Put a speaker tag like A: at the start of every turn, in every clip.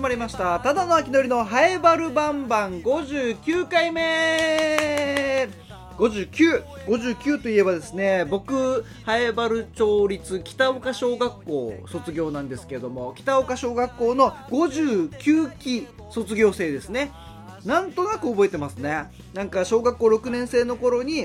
A: まりました。ただの秋のりのハエバルバンバン59回目。59といえばですね、僕ハエバル町立北岡小学校卒業なんですけれども、北岡小学校の59期卒業生ですね。なんとなく覚えてますね。なんか小学校6年生の頃に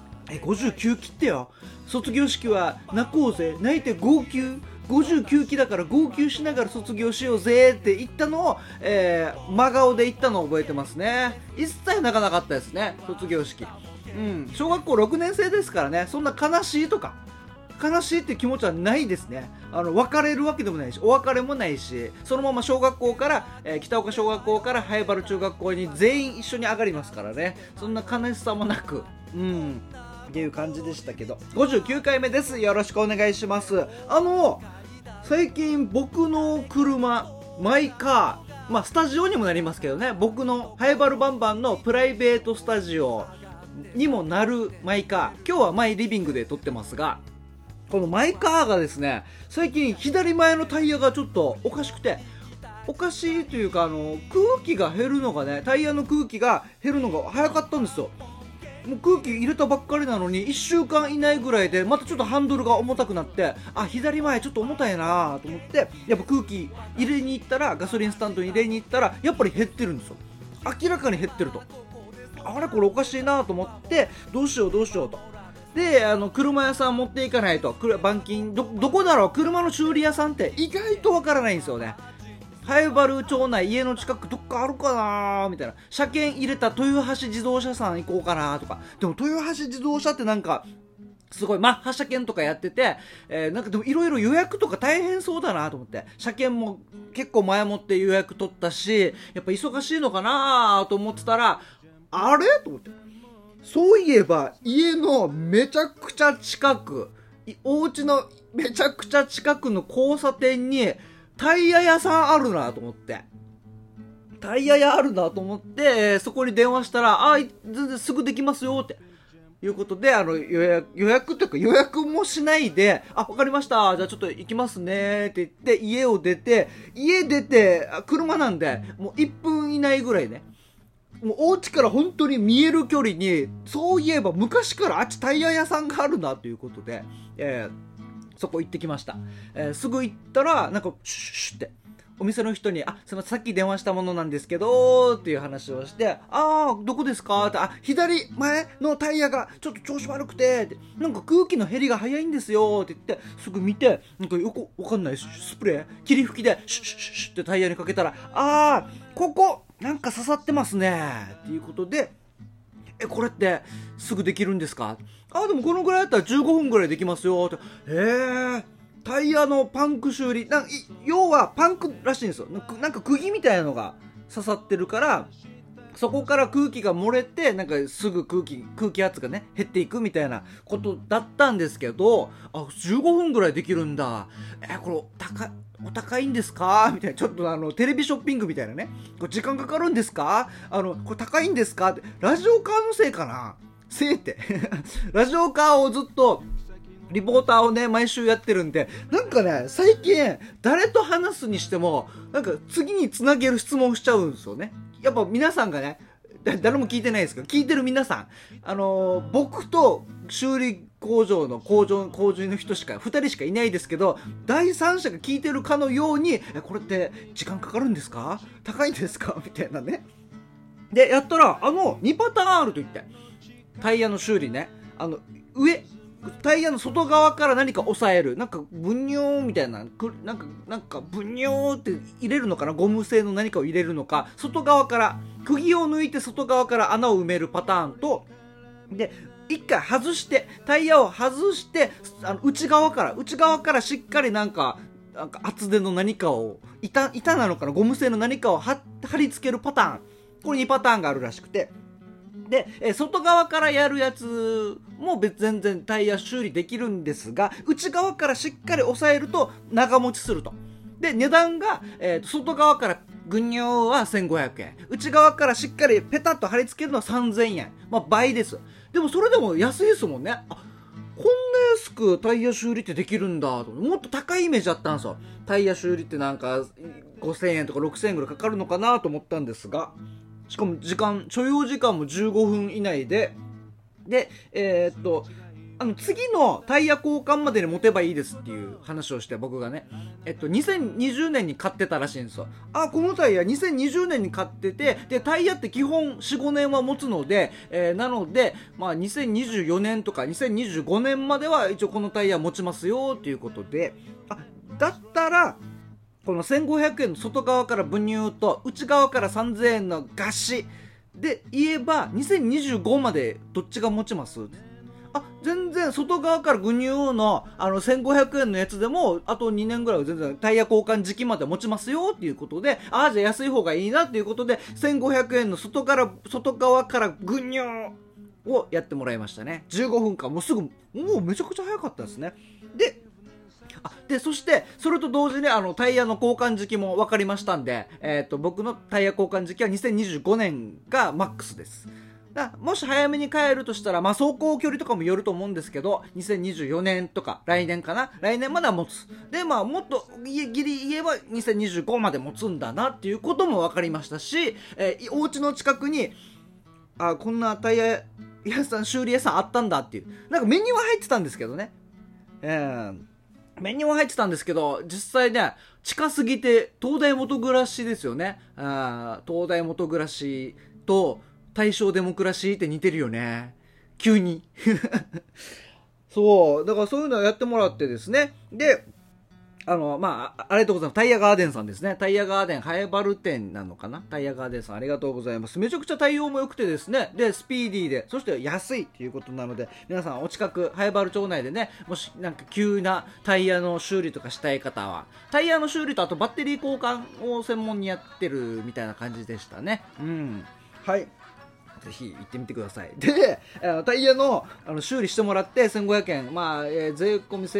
A: 59期ってよ、卒業式は泣こうぜ、泣いて号泣、59期だから号泣しながら卒業しようぜって言ったのを、真顔で言ったのを覚えてますね。一切泣かなかったですね、卒業式。小学校6年生ですからね、そんな悲しいって気持ちはないですね。別れるわけでもないし、お別れもないし、そのまま小学校から、北岡小学校からハエバル中学校に全員一緒に上がりますからね。そんな悲しさもなく、っていう感じでしたけど、59回目です。よろしくお願いします。最近僕の車、マイカー、スタジオにもなりますけどね、僕のハエバルバンバンのプライベートスタジオにもなるマイカー、今日はマイリビングで撮ってますが、このマイカーがですね、最近左前のタイヤがちょっとおかしくて、おかしいというか、空気が減るのがね、タイヤの空気が減るのが早かったんですよ。もう空気入れたばっかりなのに1週間以内ぐらいでまたちょっとハンドルが重たくなって、左前ちょっと重たいなと思って、やっぱ空気入れに行ったら、ガソリンスタンドに入れに行ったらやっぱり減ってるんですよ。明らかに減ってると、あれこれおかしいなと思って、どうしようと。で、車屋さん持っていかないと、板金 どこだろう、車の修理屋さんって意外とわからないんですよね。ハエバル町内、家の近くどっかあるかなーみたいな。車検入れた豊橋自動車さん行こうかなとか。でも豊橋自動車ってなんかすごいマッハ車検とかやってて、なんかでもいろいろ予約とか大変そうだなと思って、車検も結構前もって予約取ったし、やっぱ忙しいのかなと思ってたら、あれと思って、そういえば家のめちゃくちゃ近く、お家のめちゃくちゃ近くの交差点にタイヤ屋さんあるなと思って、そこに電話したら、全然すぐできますよっていうことで、予約というか予約もしないで、わかりました、じゃあちょっと行きますねって言って家出て、車なんでもう1分以内ぐらいね、もうお家から本当に見える距離に、そういえば昔からあっちタイヤ屋さんがあるなということで、そこ行ってきました。すぐ行ったら、なんかシュッってお店の人に、すいません、さっき電話したものなんですけどっていう話をして、どこですかって、左前のタイヤがちょっと調子悪くてって、なんか空気の減りが早いんですよって言って、すぐ見て、なんかよくわかんないスプレー霧吹きでシュッシュッシュッってタイヤにかけたら、ここなんか刺さってますねっていうことで、これってすぐできるんですか？でもこのぐらいだったら15分ぐらいできますよって。タイヤのパンク修理、要はパンクらしいんですよ。なんか釘みたいなのが刺さってるから、そこから空気が漏れて、なんかすぐ空気圧がね減っていくみたいなことだったんですけど、15分ぐらいできるんだ。これお高いんですかみたいな、ちょっとテレビショッピングみたいなね、これ時間かかるんですか、これ高いんですかって、ラジオカーのせいかな、ラジオカーをずっとリポーターをね毎週やってるんで、なんかね最近誰と話すにしてもなんか次につなげる質問しちゃうんですよね。やっぱ皆さんがね、誰も聞いてないですけど、聞いてる皆さん、僕と修理工場の工事の人しか2人しかいないですけど、第三者が聞いてるかのように、これって時間かかるんですか、高いんですかみたいなね。でやったら2パターンあると言って、タイヤの修理ね、タイヤの外側から何か押さえる、なんかブニョーみたいな、なんかブニョーって入れるのかな、ゴム製の何かを入れるのか、外側から釘を抜いて外側から穴を埋めるパターンと、で一回タイヤを外して内側からしっかりなんか厚手の何かを板なのかな、ゴム製の何かを貼り付けるパターン、これ2パターンがあるらしくて、で、外側からやるやつも全然タイヤ修理できるんですが、内側からしっかり押さえると長持ちすると。で、値段が、外側からグニョーは1500円、内側からしっかりペタッと貼り付けるのは3000円、倍です。でもそれでも安いですもんね。こんな安くタイヤ修理ってできるんだと。もっと高いイメージあったんですよ。タイヤ修理ってなんか5000円とか6000円ぐらいかかるのかなと思ったんですが、しかも所要時間も15分以内で、次のタイヤ交換までに持てばいいですっていう話をして、僕がね、2020年に買ってたらしいんですよ。このタイヤ2020年に買ってて、で、タイヤって基本4、5年は持つので、なので、2024年とか2025年までは一応このタイヤ持ちますよっていうことで、だったら、この1500円の外側からブニューと内側から3000円のガシで言えば2025までどっちが持ちます？全然外側からグニューの1500円のやつでもあと2年ぐらいは全然タイヤ交換時期まで持ちますよっていうことで、じゃあ安い方がいいなっていうことで1500円の外側からグニューをやってもらいましたね。15分間もうめちゃくちゃ早かったですね。でそしてそれと同時にタイヤの交換時期も分かりましたんで、僕のタイヤ交換時期は2025年がマックスです。もし早めに帰るとしたら、走行距離とかもよると思うんですけど、2024年とか来年までは持つ。でもっとギリ言えば2025まで持つんだなっていうことも分かりましたし、お家の近くにこんなタイヤ屋さん、修理屋さんあったんだっていう、なんかメニューは入ってたんですけどね、メニューは入ってたんですけど、実際ね、近すぎて東大元暮らしですよね。東大元暮らしと大正デモクラシーって似てるよね、急にそうだからそういうのをやってもらってですね。でありがとうございます。タイヤガーデンさんですね。タイヤガーデン、ハエバル店なのかな。タイヤガーデンさんありがとうございます。めちゃくちゃ対応も良くてですね。で、スピーディーで、そして安いっていうことなので、皆さんお近く、ハエバル町内でね、もしなんか急なタイヤの修理とかしたい方は、タイヤの修理とあとバッテリー交換を専門にやってるみたいな感じでしたね。はい。ぜひ行ってみてください。で、タイヤの修理してもらって1500円、税込み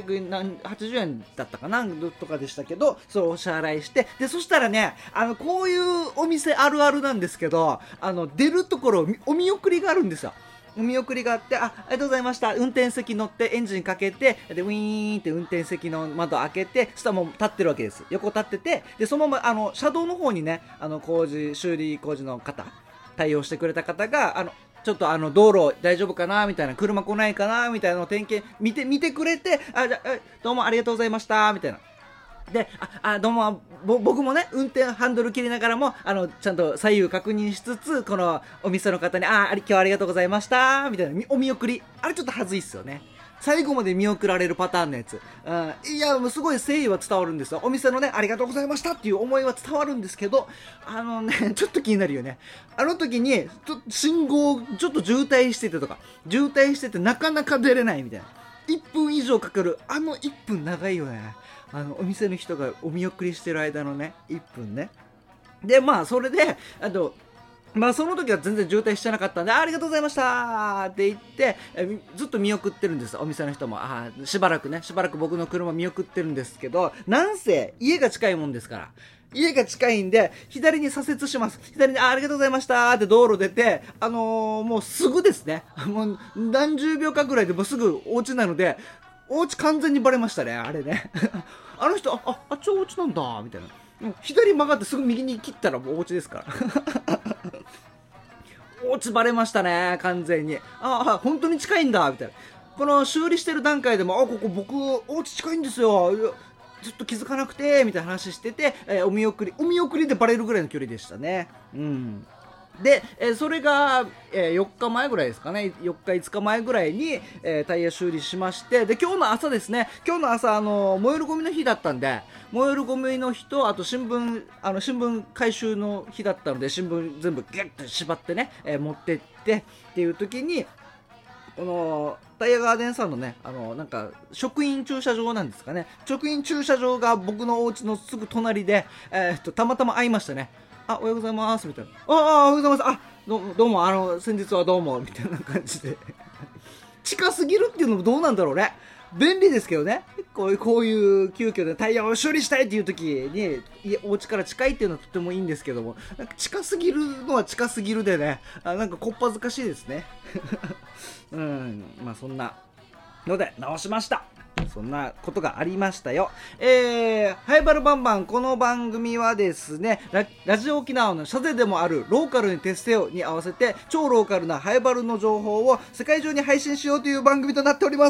A: 1680円だったかなとかでしたけど、それをお支払いして、でそしたらね、こういうお店あるあるなんですけど、出るところお見送りがあるんですよ。お見送りがあって、ありがとうございました。運転席乗ってエンジンかけて、でウィーンって運転席の窓開けて、そしたらもう立ってるわけです。横立ってて、でそのまま車道の方にね、修理工事の方対応してくれた方がちょっと道路大丈夫かなみたいな、車来ないかなみたいなのを点検見てくれて、どうもありがとうございましたみたいな。で、どうも僕もね、運転ハンドル切りながらもちゃんと左右確認しつつ、このお店の方に今日はありがとうございましたみたいなお見送り、あれちょっと恥ずいっすよね。最後まで見送られるパターンのやつ、いやもうすごい誠意は伝わるんですよ。お店のね、ありがとうございましたっていう思いは伝わるんですけど、ちょっと気になるよね。時に信号ちょっと渋滞しててなかなか出れないみたいな、1分以上かかる1分長いよね。お店の人がお見送りしてる間のね1分ね。でそれでその時は全然渋滞してなかったんで、ありがとうございましたって言って、ずっと見送ってるんです。お店の人もしばらく僕の車見送ってるんですけど、なんせ家が近いもんですから、家が近いんで左に左折します。左にありがとうございましたって道路出て、もうすぐですね、もう何十秒かぐらいでもうすぐお家なので、お家完全にバレましたね、あれねあの人あっちお家なんだみたいな。左曲がってすぐ右に切ったらもうお家ですからお家バレましたね、完全に。本当に近いんだみたいな。この修理してる段階でも、ここ僕お家近いんですよ、ちょっと気づかなくてみたいな話してて、お見送りでバレるぐらいの距離でしたね。で、それが、4日前ぐらいですかね、4日5日前ぐらいに、タイヤ修理しまして、で今日の朝ですね、燃えるゴミの日だったんで、燃えるゴミの日と、あと新聞回収の日だったので、新聞全部ギュッと縛ってね、持ってってっていう時に、このタイヤガーデンさんのね、なんか職員駐車場なんですかね、職員駐車場が僕のお家のすぐ隣で、たまたま会いましたね。おはようございますみたいな。おはようございます。どうも先日はどうもみたいな感じで近すぎるっていうのもどうなんだろうね。便利ですけどね、こういう急遽でタイヤを修理したいっていう時にお家から近いっていうのはとてもいいんですけども、なんか近すぎるのは近すぎるでね、なんかこっぱずかしいですねそんなので直しました。そんなことがありましたよ。ハイバルバンバン、この番組はですね、ラジオ沖縄のシャゼでもあるローカルに徹せよに合わせて、超ローカルなハイバルの情報を世界中に配信しようという番組となっております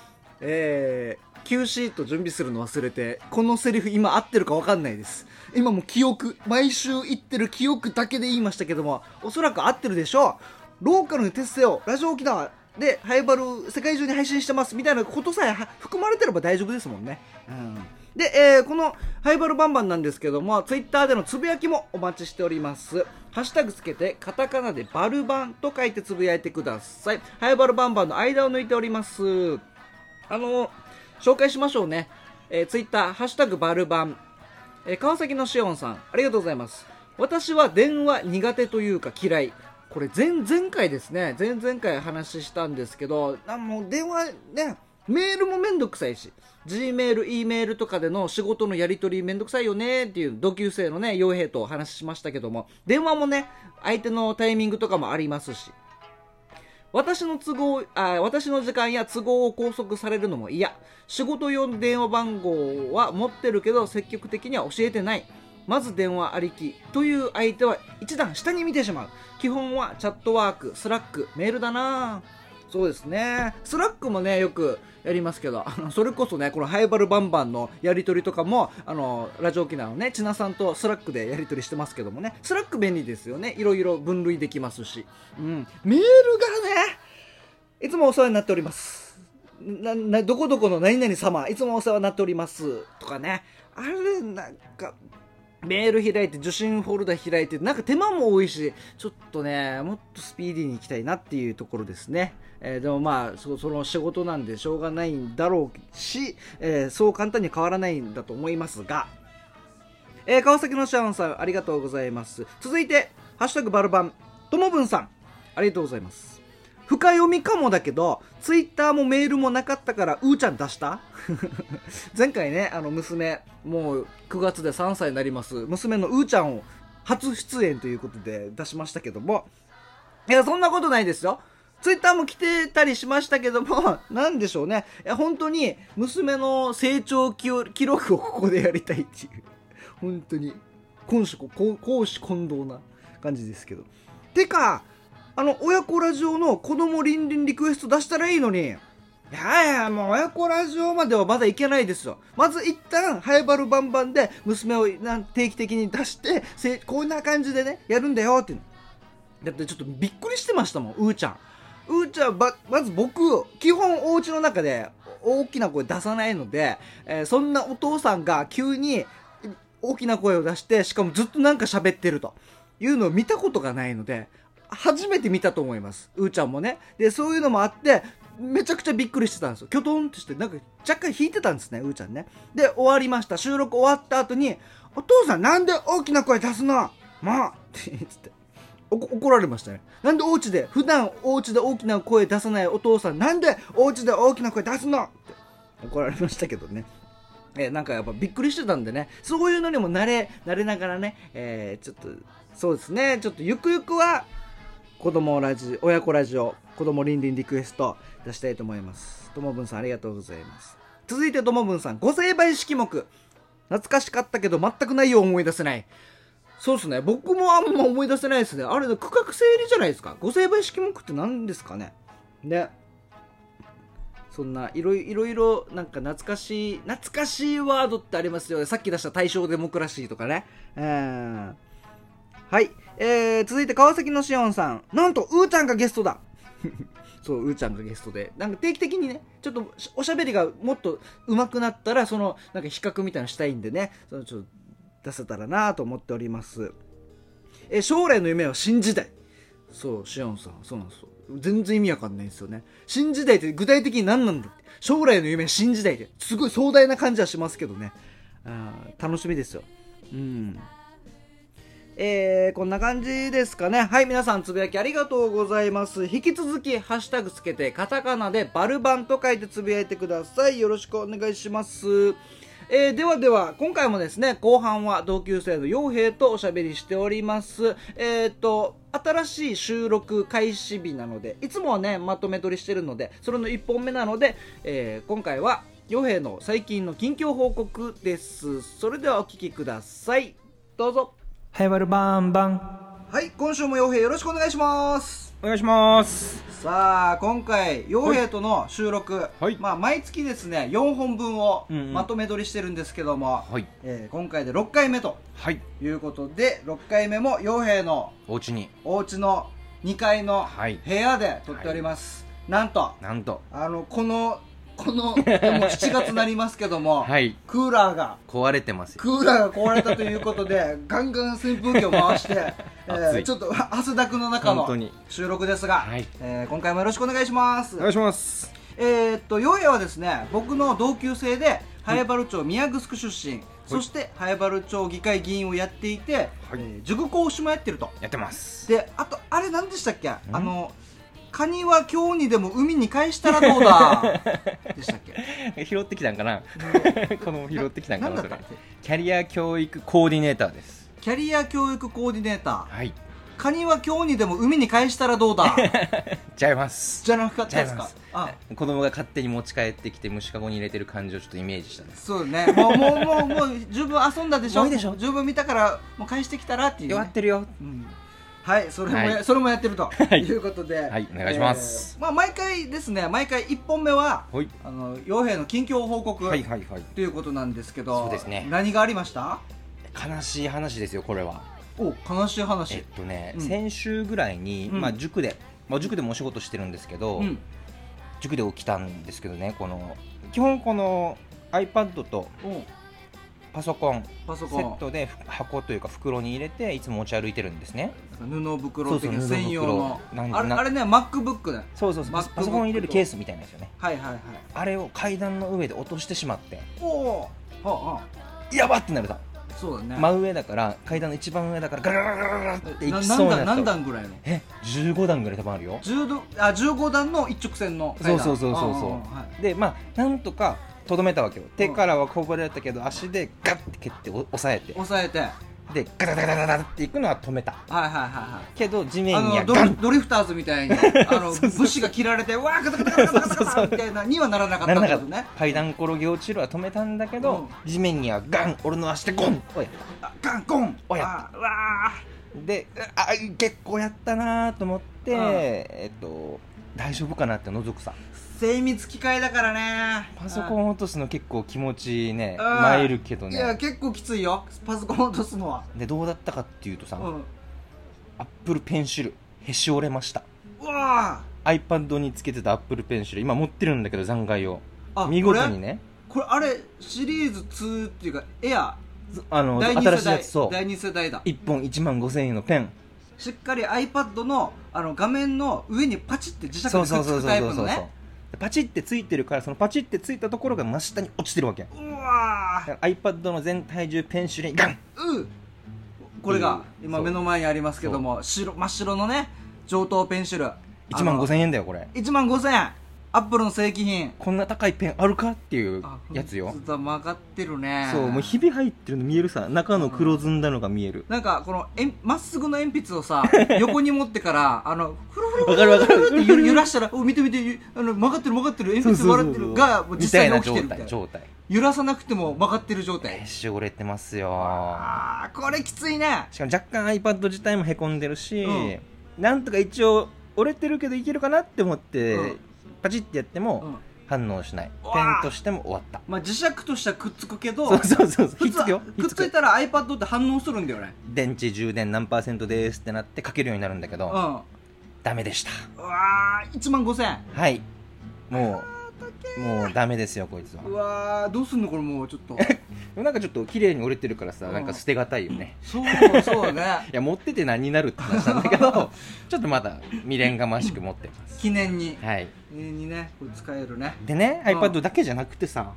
A: 。Q シート準備するの忘れて、このセリフ今合ってるか分かんないです。今も記憶、毎週言ってる記憶だけで言いましたけども、おそらく合ってるでしょう。ローカルに徹せよ、ラジオ沖縄でハイバル世界中に配信してますみたいなことさえ含まれてれば大丈夫ですもんね。で、このハイバルバンバンなんですけども、ツイッターでのつぶやきもお待ちしております。ハッシュタグつけてカタカナでバルバンと書いてつぶやいてください。ハイバルバンバンの間を抜いております。紹介しましょうね。ツイッターハッシュタグバルバン、川崎のしおんさん、ありがとうございます。私は電話苦手というか嫌い。これ前回ですね、前々回話したんですけど、もう電話ね、メールもめんどくさいし、G メール E メールとかでの仕事のやり取りめんどくさいよねっていう同級生のね傭兵とお話ししましたけども、電話もね相手のタイミングとかもありますし、私の時間や都合を拘束されるのも嫌。仕事用の電話番号は持ってるけど積極的には教えてない。まず電話ありきという相手は一段下に見てしまう。基本はチャットワーク、スラック、メールだな。そうですね、スラックもねよくやりますけど、それこそねこのハイバルバンバンのやり取りとかもラジオ沖縄のねちなさんとスラックでやり取りしてますけどもね、スラック便利ですよね。いろいろ分類できますし、メールがねいつもお世話になっております。どこどこの何々様いつもお世話になっておりますとかね、あれなんかメール開いて受信フォルダ開いてなんか手間も多いし、ちょっとねもっとスピーディーに行きたいなっていうところですね。でもまあその仕事なんでしょうがないんだろうし、そう簡単に変わらないんだと思いますが、川崎のシャオンさんありがとうございます。続いてハッシュタグバルバンともぶんさんありがとうございます。深読みかもだけどツイッターもメールもなかったからうーちゃん出した前回ね娘もう9月で3歳になります娘のうーちゃんを初出演ということで出しましたけども、いやそんなことないですよ。ツイッターも来てたりしましたけども、なんでしょうね、本当に娘の成長記録をここでやりたいっていう本当に公私混同な感じですけど、てか親子ラジオの子供リンリンリクエスト出したらいいのに、いやもう親子ラジオまではまだいけないですよ。まず一旦ハイバルバンバンで娘を定期的に出してこんな感じでねやるんだよっていう。だってちょっとびっくりしてましたもん。うーちゃんまず僕基本お家の中で大きな声出さないので、そんなお父さんが急に大きな声を出してしかもずっとなんか喋ってるというのを見たことがないので初めて見たと思います。うーちゃんもね。でそういうのもあってめちゃくちゃびっくりしてたんですよ。キョトンってしてなんか若干引いてたんですね、うーちゃんね。で終わりました。収録終わった後にお父さんなんで大きな声出すのもうって言って怒られましたね。なんで普段お家で大きな声出さないお父さんなんでお家で大きな声出すのって怒られましたけどね。なんかやっぱびっくりしてたんでね、そういうのにも慣れながらね、ちょっとそうですね、ちょっとゆくゆくは親子ラジオ子供リンリンリクエスト出したいと思います。ともぶんさんありがとうございます。続いてともぶんさん、ご成敗式目懐かしかったけど全く内容を思い出せない。そうですね、僕もあんま思い出せないですね。あれ区画整理じゃないですか。ご成敗式目って何ですかね。でそんないろいろなんか懐かしいワードってありますよね。さっき出した大正デモクラシーとかね。はい、続いて川崎のしおんさん、なんとうーちゃんがゲストだそううーちゃんがゲストでなんか定期的にねちょっとおしゃべりがもっと上手くなったらなんか比較みたいなのしたいんでね、ちょっと出せたらなと思っております。将来の夢は新時代。そうしおんさんそうなんですよ。全然意味わかんないんですよね。新時代って具体的に何なんだって。将来の夢は新時代ってすごい壮大な感じはしますけどね。楽しみですよ。こんな感じですかね。はい、皆さんつぶやきありがとうございます。引き続きハッシュタグつけてカタカナでバルバンと書いてつぶやいてください。よろしくお願いします。 ではでは今回もですね、後半は同級生の陽平とおしゃべりしております。新しい収録開始日なので、いつもはねまとめ撮りしてるので、それの1本目なので、今回は陽平の最近の近況報告です。それではお聞きください、どうぞ。
B: はい、バルバンバン。
A: はい、今週も陽平よろしくお願いします。
B: お願いします。
A: さあ今回陽平との収録、
B: はい、
A: 毎月ですね4本分をまとめ撮りしてるんですけども、
B: はい、
A: 今回で6回目ということで、6回目も陽平のお家の2階の部屋で撮っております。なんとこのもう7月になりますけども、はい、クーラーが壊れてますよ。クーラーが壊れたということでガンガン扇風機を回してちょっと汗だくの中の収録ですが、はい、今回もよろしくお願いします。
B: お願いします。
A: 陽平はですね、僕の同級生で南風原町宮城出身、そして南風原町議会議員をやっていて、塾講師もやってると。
B: やってます。
A: で、あとあれ何でしたっけ、カニは今日にでも海に返したらどうだでしたっけ。
B: 拾ってきたんかなこの拾ってきたんかなそれ。キャリア教育コーディネーターです。
A: キャリア教育コーディネーター、はい、カニは今日にでも海に返したらどうだ
B: ちゃいます。
A: じゃなかったですか。
B: 子供が勝手に持ち帰ってきて虫かごに入れてる感じをちょっとイメージしたんです。
A: そうね、もう十分遊んだでしょ。十分見たからもう返してきたらっていう、ね、
B: 弱ってるよ、
A: はい、それもやってるということで、
B: はい、お願いします。
A: 毎回ですね、毎回1本目は陽平の近況報告ということなんですけど、
B: そうですね、
A: 何がありました？
B: 悲しい話ですよ、これは。
A: お、悲しい話。
B: 先週ぐらいに、塾でもお仕事してるんですけど、塾で起きたんですけどね、基本この iPad とパソコンセットで箱というか袋に入れていつも持ち歩いてるんですね。
A: 布袋的な専用のあれね、MacBook ね。
B: そうパソコン入れるケースみたいなんですよね。
A: はいはいはい。
B: あれを階段の上で落としてしまって、
A: や
B: ばってなるさ。そうだね、真上だから、階段の一番上だからガラガラガラガラっていきそうになった。
A: 何段ぐらいの
B: ？15段ぐらい多分あるよ。
A: 15段の一直線の階段。
B: そうで、なんとかとどめたわけよ。手からはこぼれたけど、足でガッて蹴って押さえてでガタガタガタガタっていくのは止めた。けど地面に
A: ドリフターズみたいに武士が切られてわーガタガタガタガタガタみたいなにはならなかったんだけどね。
B: 階段転げ落ちるは止めたんだけど、地面にはガン、俺の足でゴンをやった。
A: ガンゴン
B: をやった。で、結構やったなと思って、大丈夫かなって覗くさ。
A: 精密機械だからね。
B: パソコン落とすの結構気持ちね、参るけどね。
A: いや結構きついよ、パソコン落とすのは。
B: で、どうだったかっていうとさ、アップルペンシルへし折れました。
A: うわ
B: ー、iPad につけてたアップルペンシル今持ってるんだけど、残骸を見事にね。
A: これあれシリーズ2っていうかエア
B: 新しいやつ。そう、
A: 第2世代だ。
B: 1本15,000円のペン、
A: しっかり iPad の画面の上にパチって磁石でくっつくタイプのね。
B: パチってついてるから、そのパチってついたところが真下に落ちてるわけ。
A: うわー、
B: iPad の全体重ペンシルにガン、
A: これが今目の前にありますけども、真っ白のね上等ペンシル、
B: 15,000円だよこれ。
A: 15,000円、アップルの正規品。
B: こんな高いペンあるかっていうやつよ。
A: 曲がってるね。
B: そう、もうひび入ってるの見えるさ、中の黒ずんだのが見える。
A: なんかこのまっすぐの鉛筆をさ横に持ってからフル
B: わかる
A: って揺らしたら、見て曲がってる鉛筆曲がってるが実際に起きてるみたいな状態。揺らさなくても曲がってる状態。
B: へし折れてますよ。
A: これきついね。
B: しかも若干 iPad 自体もへこんでるし、なんとか一応折れてるけどいけるかなって思ってパチってやっても反応しない。ペンとしても終わった。
A: 磁石としてはくっつくけど、
B: ひっつくよ。
A: くっついたら iPad って反応するんだよね。
B: 電池充電何%ですってなって書けるようになるんだけど、ダメでした。
A: うわー、15,000円。
B: はい、もうダメですよこいつは。
A: うわー、どうすんのこれ。もうちょっと
B: なんかちょっと綺麗に折れてるからさ、なんか捨てがたいよね。
A: そうね
B: いや持ってて何になるって話なんだけどちょっとまだ未練がましく持ってます。
A: 記念に。
B: はい、
A: 記念にね、これ使えるね。
B: でね、iPad だけじゃなくてさ、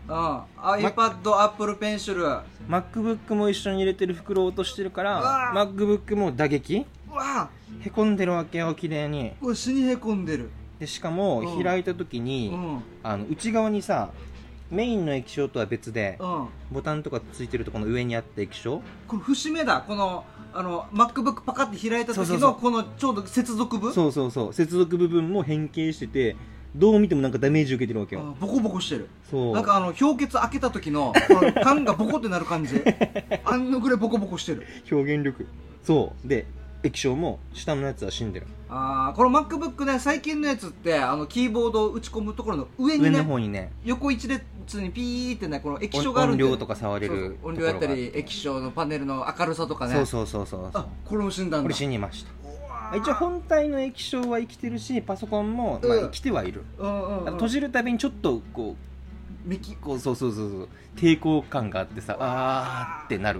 A: iPad、Apple Pencil、
B: MacBook も一緒に入れてる袋を落としてるから、MacBook も打撃へこんでるわけよ、綺麗に。
A: 死にへこんでる。
B: でしかも開いた時に、内側にさメインの液晶とは別で、
A: うん、
B: ボタンとかついてるとこの上にあった液晶、
A: この節目だ、このMacBook パカって開いた時のこのちょうど接続部、
B: そう接続部分も変形してて、どう見てもなんかダメージ受けてるわけよ。
A: ボコボコしてる。
B: そう
A: なんか氷結開けた時のこの缶がボコってなる感じあんのぐらいボコボコしてる。
B: 表現力。そうで液晶も下のやつは死んでる。
A: この MacBook ね、最近のやつってキーボードを打ち込むところの上にね、
B: 上の方にね、
A: 横一列にピーってね、この液晶があるんで、
B: 音量とか触れる
A: 音量やったり液晶のパネルの明るさとかね。
B: そう
A: あ、これも死んだんだ。
B: これ死にました。一応本体の液晶は生きてるし、パソコンもまあ生きてはいる。閉じるたびにちょっとこう
A: ミキ、
B: こうそう抵抗感があってさ、あーってなる。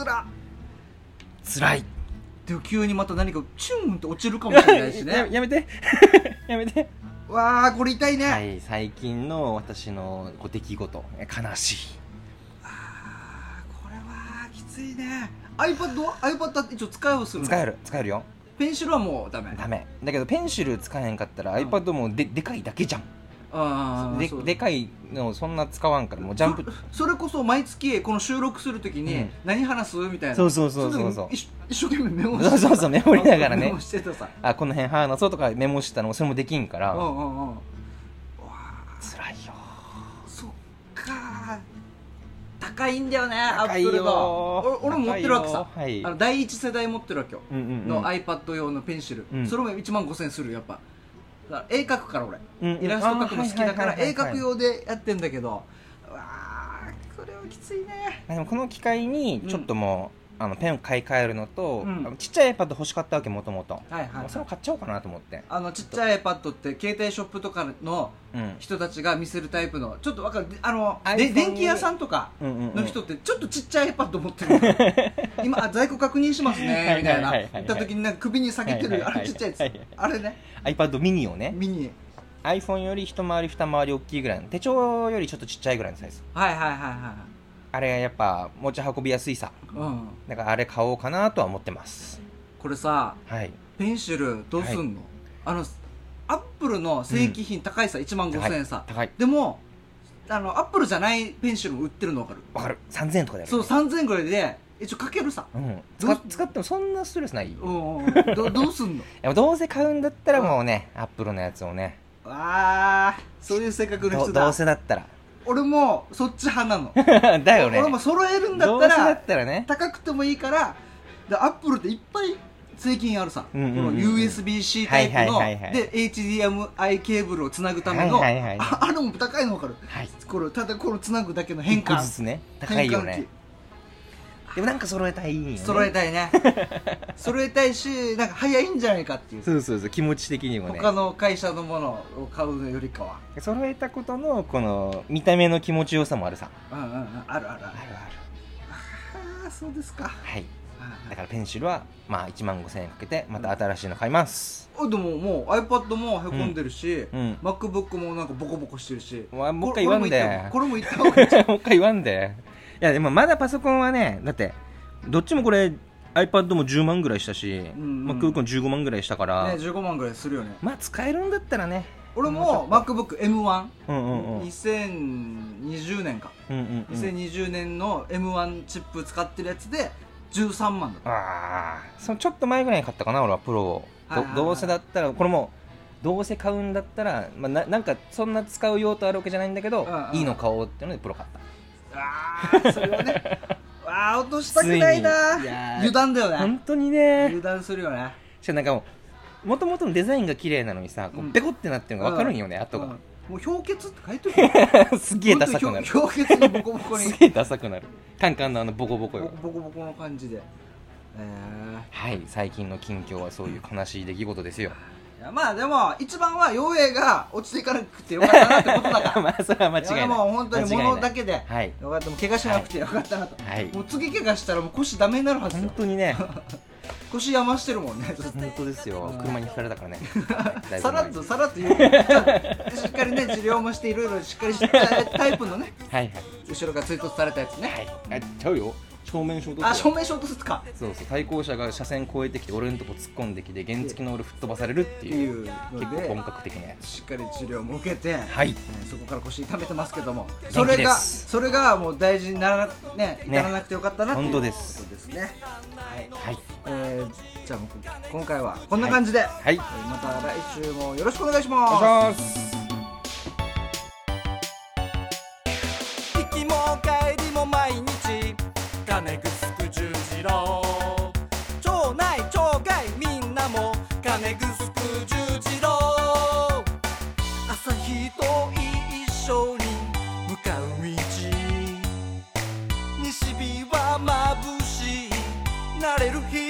B: つらい。
A: でも急にまた何かチューンって落ちるかもしれないしね
B: やめてやめて。
A: わあ、これ痛いね。
B: はい、最近の私の出来事、悲しい。
A: これはきついね。 iPad は iPad は一応使えはするの？
B: 使えるよ。
A: ペンシルはもうダメ
B: だけどペンシル使えへんかったら iPad もでかいだけじゃん。でかいのそんな使わんから、もうジャンプ
A: それこそ毎月この収録するときに何話すみたいな、
B: そう
A: 一生懸命メモ
B: してそうメモりながらね、
A: メモしてたさ、
B: この辺話そうとかメモしたのそれもできんから、つらいよ。
A: そっか、高いんだよね、ア
B: 高いよ。
A: ップルの。俺も持ってるわけさ、
B: はい、
A: 第一世代持ってるわけよ、の iPad 用のペンシル、それも1万5000円する。やっぱ絵描くから俺、イラスト描くの好きだから絵描く用でやってんだけど、わあ、これはきついね。
B: でもこの機会にちょっともう、ペンを買い替えるのと、ちっちゃい iPad 欲しかったわけ、もともと。それを買っちゃおうかなと思って。
A: ちっちゃい iPad って携帯ショップとかの人たちが見せるタイプの、ちょっとわかる、電気屋さんとかの人ってちょっとちっちゃい iPad 持ってる今在庫確認しますねみたいな言った時になんか首に下げてるちっちゃいやつ、あれね、
B: iPad mini をね、
A: ミニ
B: iPhone より一回り二回り大きいぐらいの、手帳よりちょっとちっちゃいぐらいのサイズ。あれやっぱ持ち運びやすいさ、だからあれ買おうかなとは思ってます。
A: これさ、ペンシルどうすんの？アップルの正規品高いさ、1万5000円さ、でもアップルじゃないペンシルも売ってるの分かる？3000
B: 円とかだよね。
A: そう、3000円ぐらいで一応かけるさ、
B: 使ってもそんなストレスない。
A: どうすんの？
B: どうせ買うんだったらもうね、アップルのやつをね。
A: そういう性格の人だ。
B: どうせだったら
A: 俺もそっち派なの
B: だよね。
A: 俺も揃えるんだったら、
B: どうせだったらね、
A: 高くてもいいから。でアップルっていっぱい正規品あるさ、この USB-C タイプので HDMI ケーブルをつなぐための、あれも高いの分かる？これただこのつなぐだけの変換、
B: 1個ずつね、高いよね。でもなんか揃えたいよね。
A: 揃えたいね揃えたいし、なんか早いんじゃないかっていう。
B: そう気持ち的にもね、
A: 他の会社のものを買うのよりかは
B: 揃えたことのこの見た目の気持ちよさもあるさ。
A: ある。そうですか。
B: だからペンシルはまあ1万5000円かけてまた新しいの買います。
A: でももう iPad もへこんでるし、MacBook もなんかボコボコしてるし、
B: もう一回言わんで、
A: これも言った方がいい。
B: もう一回言わんで。いやでもまだパソコンはね、だってどっちもこれ iPad も10万ぐらいしたし、MacBook も15万ぐらいしたからね、
A: 15万ぐらいするよね。
B: まあ使えるんだったらね。
A: 俺も MacBook M1、2020年か、2020年の M1 チップ使ってるやつで13万だった。
B: そのちょっと前ぐらいに買ったかな、俺はプロを。どうせだったら、これもどうせ買うんだったら、なんかそんな使う用途あるわけじゃないんだけど、いいの買おうっていうのでプロ買った。
A: それはね落としたくないな。油断だよね、
B: 本当にね。
A: 油断するよね。
B: しかもなんかもともとのデザインが綺麗なのにさ、ベコってなってるのが分かるんよね、後が。
A: もう氷結って書いてる
B: すげえダサくなる。
A: 氷結にボコボコに
B: すげえダサくなる。カンカンのボコボコよ。
A: ボコボコの感じで。
B: はい、最近の近況はそういう悲しい出来事ですよ。
A: まあでも一番は陽平が落ちていかなくてよかったなってことだから
B: それは間違いない。
A: もう本当に物だけでよかった。もう怪我しなくてよかったなと。もう次怪我したらもう腰ダメになるはずよ。
B: 本当にね
A: 腰山してるもんね。
B: 本当ですよ。車にひかれたからね。
A: さらっと言う。しっかりね、治療もしていろいろしっかりしたタイプのね、後ろが追突されたやつね。
B: ちゃうよ。 正面衝突。
A: あ、正面衝突か。
B: そうそう、対向車が車線越えてきて俺のとこ突っ込んできて原付の俺吹っ飛ばされるっていう結構本格的なやつ。
A: しっかり治療も受けて、
B: はい、
A: そこから腰痛めてますけども、
B: そ
A: れがもう大事にならね、至らなくてよかったなっていうことですね。はい、じゃあ今回はこんな感じで、
B: はい、
A: また来週もよろしくお願いします。
B: お願いします。
C: 行きも帰りも毎日金具すく十字路、町内町外みんなも金具すく十字路、朝日と一緒に向かう道、西日は眩しい慣れる日